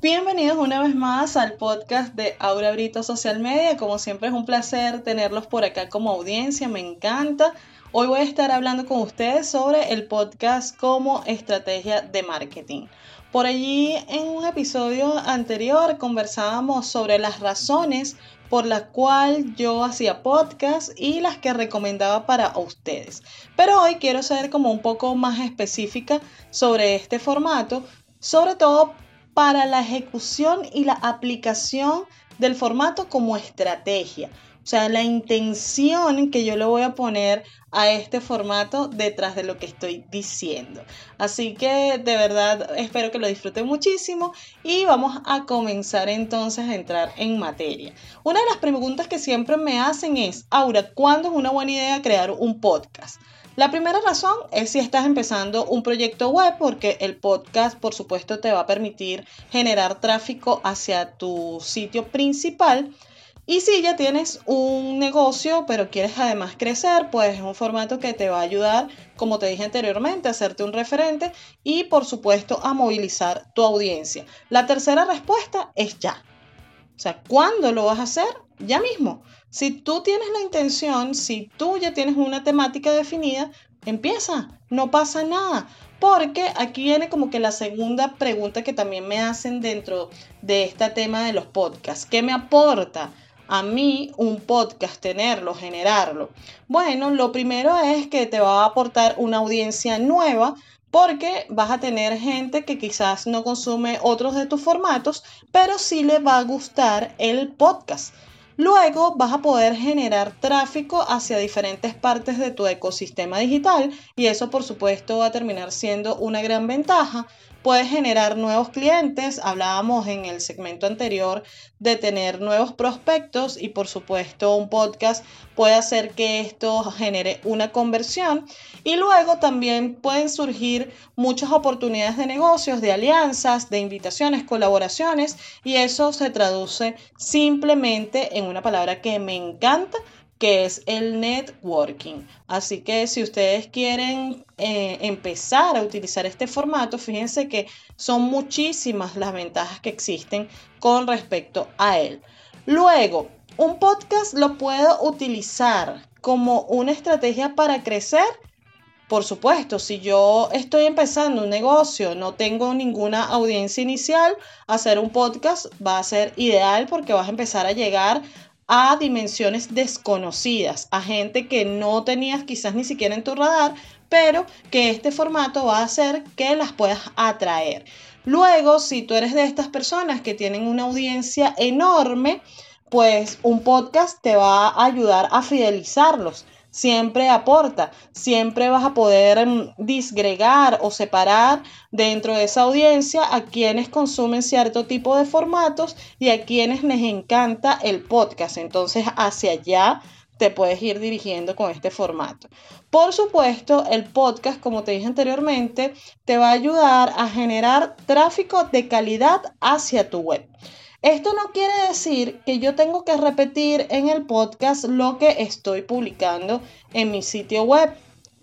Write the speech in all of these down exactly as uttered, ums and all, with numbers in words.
Bienvenidos una vez más al podcast de Aura Brito Social Media. Como siempre es un placer tenerlos por acá como audiencia, me encanta. Hoy voy a estar hablando con ustedes sobre el podcast como estrategia de marketing. Por allí en un episodio anterior conversábamos sobre las razones por las cuales yo hacía podcast y las que recomendaba para ustedes. Pero hoy quiero ser como un poco más específica sobre este formato, sobre todo para la ejecución y la aplicación del formato como estrategia. O sea, la intención que yo le voy a poner a este formato detrás de lo que estoy diciendo. Así que de verdad espero que lo disfruten muchísimo y vamos a comenzar entonces a entrar en materia. Una de las preguntas que siempre me hacen es, Aura, ¿cuándo es una buena idea crear un podcast? La primera razón es si estás empezando un proyecto web, porque el podcast, por supuesto, te va a permitir generar tráfico hacia tu sitio principal. Y si ya tienes un negocio, pero quieres además crecer, pues es un formato que te va a ayudar, como te dije anteriormente, a hacerte un referente y, por supuesto, a movilizar tu audiencia. La tercera respuesta es ya. O sea, ¿cuándo lo vas a hacer? Ya mismo. Si tú tienes la intención, si tú ya tienes una temática definida, empieza, no pasa nada. Porque aquí viene como que la segunda pregunta que también me hacen dentro de este tema de los podcasts. ¿Qué me aporta a mí un podcast, tenerlo, generarlo? Bueno, lo primero es que te va a aportar una audiencia nueva, porque vas a tener gente que quizás no consume otros de tus formatos, pero sí le va a gustar el podcast. Luego vas a poder generar tráfico hacia diferentes partes de tu ecosistema digital y eso por supuesto va a terminar siendo una gran ventaja. Puedes generar nuevos clientes, hablábamos en el segmento anterior de tener nuevos prospectos y por supuesto un podcast puede hacer que esto genere una conversión y luego también pueden surgir muchas oportunidades de negocios, de alianzas, de invitaciones, colaboraciones y eso se traduce simplemente en una palabra que me encanta, que es el networking. Así que si ustedes quieren eh, empezar a utilizar este formato, fíjense que son muchísimas las ventajas que existen con respecto a él. Luego, un podcast lo puedo utilizar como una estrategia para crecer. Por supuesto, si yo estoy empezando un negocio, no tengo ninguna audiencia inicial, hacer un podcast va a ser ideal porque vas a empezar a llegar a dimensiones desconocidas, a gente que no tenías quizás ni siquiera en tu radar, pero que este formato va a hacer que las puedas atraer. Luego, si tú eres de estas personas que tienen una audiencia enorme, pues un podcast te va a ayudar a fidelizarlos. Siempre aporta, siempre vas a poder um, disgregar o separar dentro de esa audiencia a quienes consumen cierto tipo de formatos y a quienes les encanta el podcast. Entonces, hacia allá te puedes ir dirigiendo con este formato. Por supuesto, el podcast, como te dije anteriormente, te va a ayudar a generar tráfico de calidad hacia tu web. Esto no quiere decir que yo tengo que repetir en el podcast lo que estoy publicando en mi sitio web.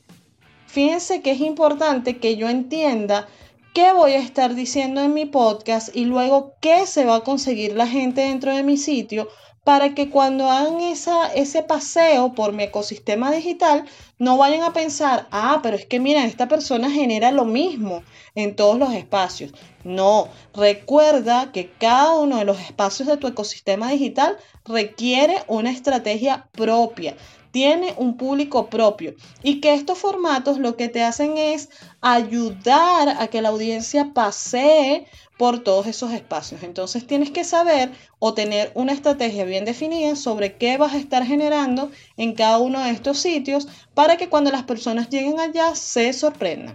Fíjense que es importante que yo entienda qué voy a estar diciendo en mi podcast y luego qué se va a conseguir la gente dentro de mi sitio para que cuando hagan esa, ese paseo por mi ecosistema digital no vayan a pensar, ah, pero es que mira, esta persona genera lo mismo en todos los espacios. No, recuerda que cada uno de los espacios de tu ecosistema digital requiere una estrategia propia, tiene un público propio y que estos formatos lo que te hacen es ayudar a que la audiencia pasee por todos esos espacios. Entonces tienes que saber o tener una estrategia bien definida sobre qué vas a estar generando en cada uno de estos sitios para que cuando las personas lleguen allá se sorprendan.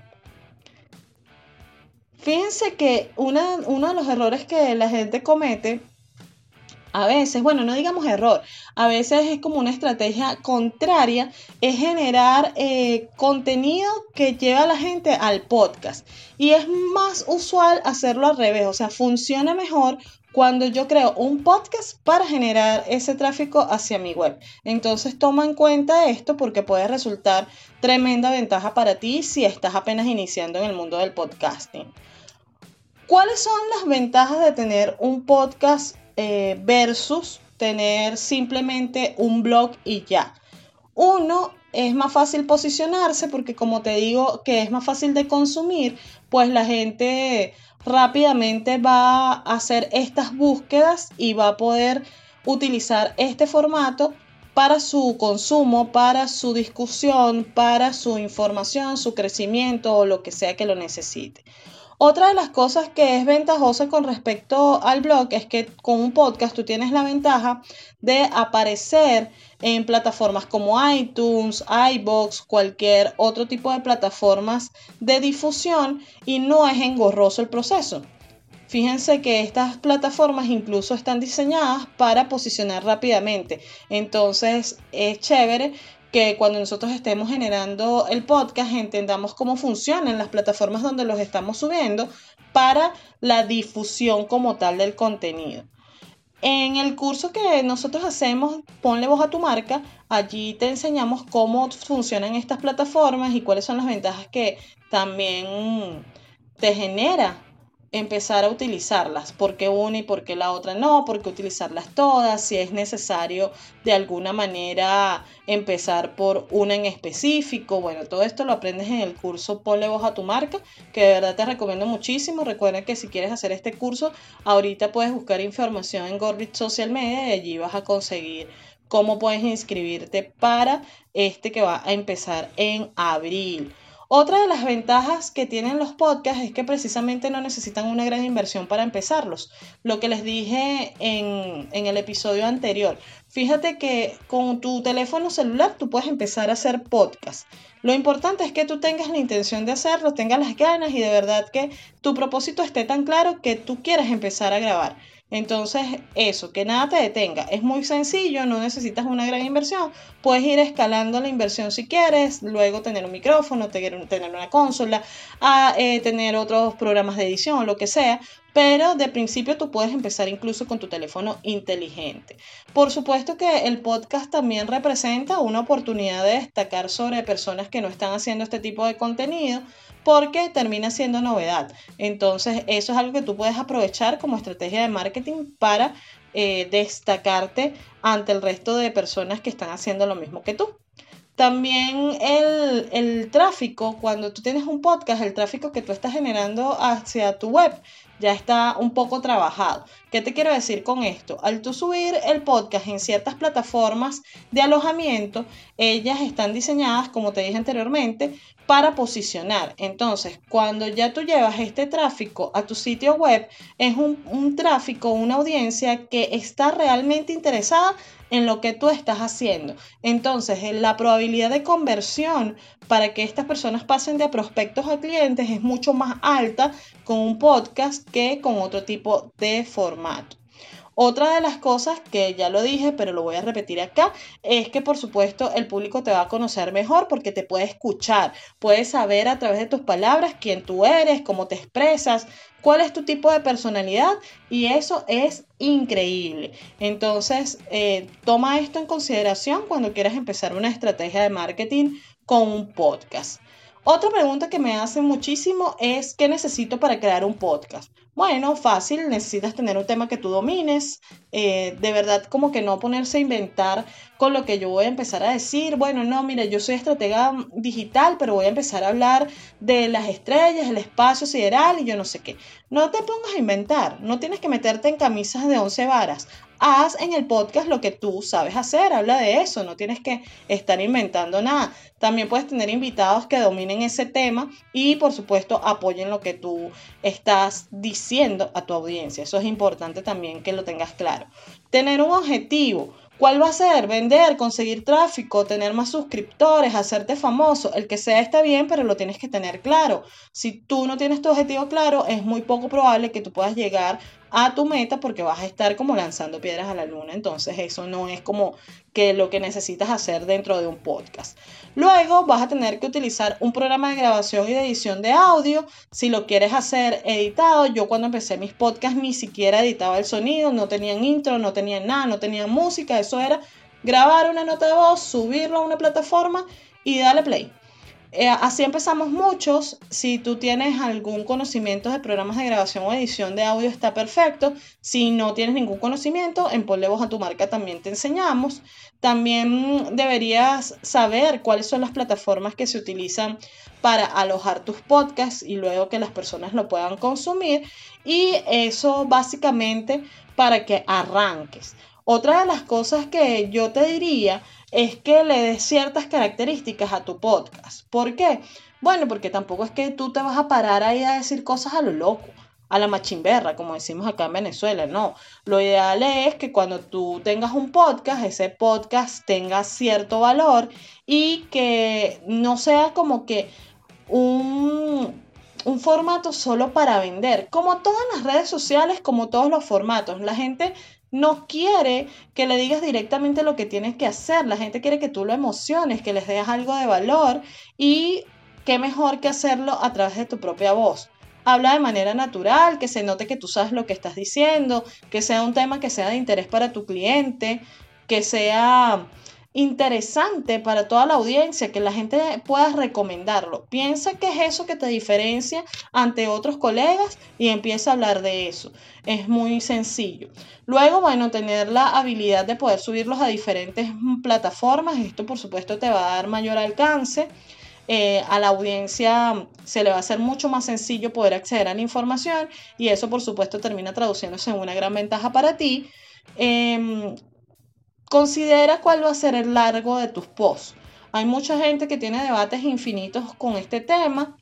Fíjense que una, uno de los errores que la gente comete a veces, bueno, no digamos error, a veces es como una estrategia contraria, es generar eh, contenido que lleva a la gente al podcast. Y es más usual hacerlo al revés, o sea, funciona mejor cuando yo creo un podcast para generar ese tráfico hacia mi web. Entonces toma en cuenta esto porque puede resultar tremenda ventaja para ti si estás apenas iniciando en el mundo del podcasting. ¿Cuáles son las ventajas de tener un podcast eh, versus tener simplemente un blog y ya? Uno, es más fácil posicionarse porque como te digo que es más fácil de consumir, pues la gente rápidamente va a hacer estas búsquedas y va a poder utilizar este formato para su consumo, para su discusión, para su información, su crecimiento o lo que sea que lo necesite. Otra de las cosas que es ventajosa con respecto al blog es que con un podcast tú tienes la ventaja de aparecer en plataformas como iTunes, iVoox, cualquier otro tipo de plataformas de difusión y no es engorroso el proceso. Fíjense que estas plataformas incluso están diseñadas para posicionar rápidamente. Entonces es chévere que cuando nosotros estemos generando el podcast entendamos cómo funcionan las plataformas donde los estamos subiendo para la difusión como tal del contenido. En el curso que nosotros hacemos, Ponle Voz a tu Marca, allí te enseñamos cómo funcionan estas plataformas y cuáles son las ventajas que también te genera empezar a utilizarlas, por qué una y por qué la otra no, por qué utilizarlas todas, si es necesario de alguna manera empezar por una en específico. Bueno, todo esto lo aprendes en el curso Ponle Voz a tu Marca, que de verdad te recomiendo muchísimo. Recuerda que si quieres hacer este curso, ahorita puedes buscar información en Gorbit Social Media y allí vas a conseguir cómo puedes inscribirte para este que va a empezar en abril. Otra de las ventajas que tienen los podcasts es que precisamente no necesitan una gran inversión para empezarlos. Lo que les dije en, en el episodio anterior. Fíjate que con tu teléfono celular tú puedes empezar a hacer podcast. Lo importante es que tú tengas la intención de hacerlo, tengas las ganas y de verdad que tu propósito esté tan claro que tú quieras empezar a grabar. Entonces, eso, que nada te detenga. Es muy sencillo, no necesitas una gran inversión. Puedes ir escalando la inversión si quieres, luego tener un micrófono, tener, tener una consola, a, eh, tener otros programas de edición, lo que sea. Pero de principio tú puedes empezar incluso con tu teléfono inteligente. Por supuesto que el podcast también representa una oportunidad de destacar sobre personas que no están haciendo este tipo de contenido porque termina siendo novedad. Entonces eso es algo que tú puedes aprovechar como estrategia de marketing para eh, destacarte ante el resto de personas que están haciendo lo mismo que tú. También el, el tráfico, cuando tú tienes un podcast, el tráfico que tú estás generando hacia tu web ya está un poco trabajado. ¿Qué te quiero decir con esto? Al tú subir el podcast en ciertas plataformas de alojamiento, ellas están diseñadas, como te dije anteriormente, para posicionar. Entonces, cuando ya tú llevas este tráfico a tu sitio web, es un, un tráfico, una audiencia que está realmente interesada en lo que tú estás haciendo. Entonces, la probabilidad de conversión para que estas personas pasen de prospectos a clientes es mucho más alta con un podcast que con otro tipo de formato. Otra de las cosas que ya lo dije, pero lo voy a repetir acá, es que por supuesto el público te va a conocer mejor porque te puede escuchar, puede saber a través de tus palabras quién tú eres, cómo te expresas, cuál es tu tipo de personalidad y eso es increíble. Entonces, eh, toma esto en consideración cuando quieras empezar una estrategia de marketing con un podcast. Otra pregunta que me hacen muchísimo es ¿qué necesito para crear un podcast? Bueno, fácil, necesitas tener un tema que tú domines, eh, de verdad como que no ponerse a inventar con lo que yo voy a empezar a decir, bueno, no, mira, yo soy estratega digital, pero voy a empezar a hablar de las estrellas, el espacio sideral y yo no sé qué. No te pongas a inventar, no tienes que meterte en camisas de once varas. Haz en el podcast lo que tú sabes hacer, habla de eso, no tienes que estar inventando nada. También puedes tener invitados que dominen ese tema y por supuesto apoyen lo que tú estás diciendo a tu audiencia. Eso es importante también que lo tengas claro. Tener un objetivo. ¿Cuál va a ser? Vender, conseguir tráfico, tener más suscriptores, hacerte famoso. El que sea está bien, pero lo tienes que tener claro. Si tú no tienes tu objetivo claro, es muy poco probable que tú puedas llegar a tu meta porque vas a estar como lanzando piedras a la luna. Entonces eso no es como que lo que necesitas hacer dentro de un podcast. Luego vas a tener que utilizar un programa de grabación y de edición de audio. Si lo quieres hacer editado, yo cuando empecé mis podcasts ni siquiera editaba el sonido, no tenían intro, no tenían nada, no tenían música. Eso era grabar una nota de voz, subirlo a una plataforma y darle play. Eh, así empezamos muchos. Si tú tienes algún conocimiento de programas de grabación o edición de audio, está perfecto. Si no tienes ningún conocimiento, en Ponle Voz a tu Marca también te enseñamos. También deberías saber cuáles son las plataformas que se utilizan para alojar tus podcasts y luego que las personas lo puedan consumir. Y eso básicamente para que arranques. Otra de las cosas que yo te diría es que le des ciertas características a tu podcast. ¿Por qué? Bueno, porque tampoco es que tú te vas a parar ahí a decir cosas a lo loco, a la machimberra, como decimos acá en Venezuela. No, lo ideal es que cuando tú tengas un podcast, ese podcast tenga cierto valor y que no sea como que un, un formato solo para vender. Como todas las redes sociales, como todos los formatos, la gente no quiere que le digas directamente lo que tienes que hacer. La gente quiere que tú lo emociones, que les des algo de valor y qué mejor que hacerlo a través de tu propia voz. Habla de manera natural, que se note que tú sabes lo que estás diciendo, que sea un tema que sea de interés para tu cliente, que sea interesante para toda la audiencia, que la gente pueda recomendarlo. Piensa qué es eso que te diferencia ante otros colegas y empieza a hablar de eso. Es muy sencillo. Luego, bueno, tener la habilidad de poder subirlos a diferentes plataformas. Esto, por supuesto, te va a dar mayor alcance. Eh, a la audiencia se le va a hacer mucho más sencillo poder acceder a la información y eso, por supuesto, termina traduciéndose en una gran ventaja para ti. Eh, Considera cuál va a ser el largo de tus posts. Hay mucha gente que tiene debates infinitos con este tema.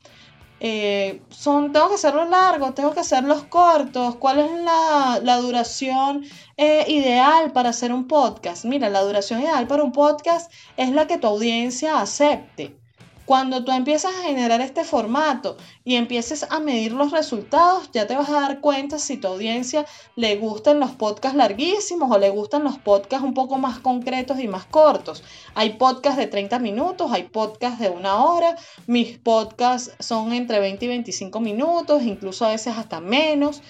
Eh, son, tengo que hacerlos largos, tengo que hacerlos cortos. ¿Cuál es la, la duración eh, ideal para hacer un podcast? Mira, la duración ideal para un podcast es la que tu audiencia acepte. Cuando tú empiezas a generar este formato y empieces a medir los resultados, ya te vas a dar cuenta si tu audiencia le gustan los podcasts larguísimos o le gustan los podcasts un poco más concretos y más cortos. Hay podcasts de treinta minutos, hay podcasts de una hora. Mis podcasts son entre veinte y veinticinco minutos, incluso a veces hasta menos.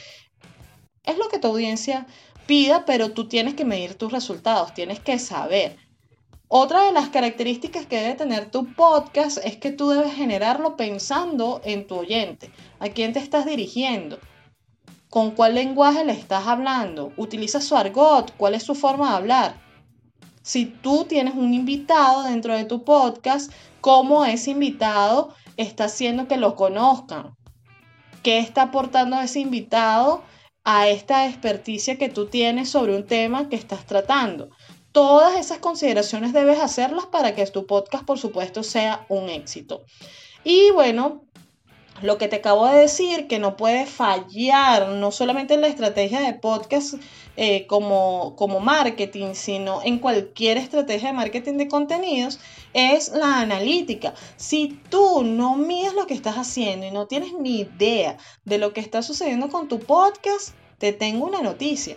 Es lo que tu audiencia pida, pero tú tienes que medir tus resultados, tienes que saber. Otra de las características que debe tener tu podcast es que tú debes generarlo pensando en tu oyente. ¿A quién te estás dirigiendo? ¿Con cuál lenguaje le estás hablando? ¿Utiliza su argot? ¿Cuál es su forma de hablar? Si tú tienes un invitado dentro de tu podcast, ¿cómo ese invitado está haciendo que lo conozcan? ¿Qué está aportando ese invitado a esta experticia que tú tienes sobre un tema que estás tratando? Todas esas consideraciones debes hacerlas para que tu podcast, por supuesto, sea un éxito. Y bueno, lo que te acabo de decir, que no puede fallar, no solamente en la estrategia de podcast eh, como, como marketing, sino en cualquier estrategia de marketing de contenidos, es la analítica. Si tú no mides lo que estás haciendo y no tienes ni idea de lo que está sucediendo con tu podcast, te tengo una noticia.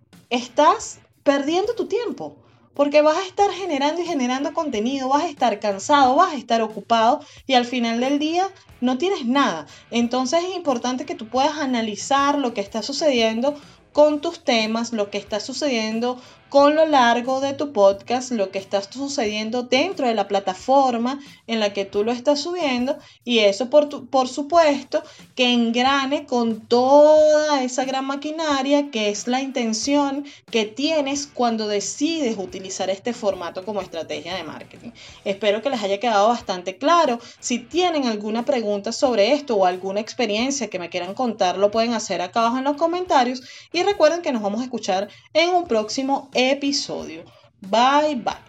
Estás perdiendo tu tiempo. Porque vas a estar generando y generando contenido, vas a estar cansado, vas a estar ocupado y al final del día no tienes nada. Entonces es importante que tú puedas analizar lo que está sucediendo con tus temas, lo que está sucediendo con lo largo de tu podcast, lo que está sucediendo dentro de la plataforma en la que tú lo estás subiendo y eso por, tu, por supuesto que engrane con toda esa gran maquinaria que es la intención que tienes cuando decides utilizar este formato como estrategia de marketing. Espero que les haya quedado bastante claro. Si tienen alguna pregunta sobre esto o alguna experiencia que me quieran contar, lo pueden hacer acá abajo en los comentarios y recuerden que nos vamos a escuchar en un próximo episodio. Bye bye.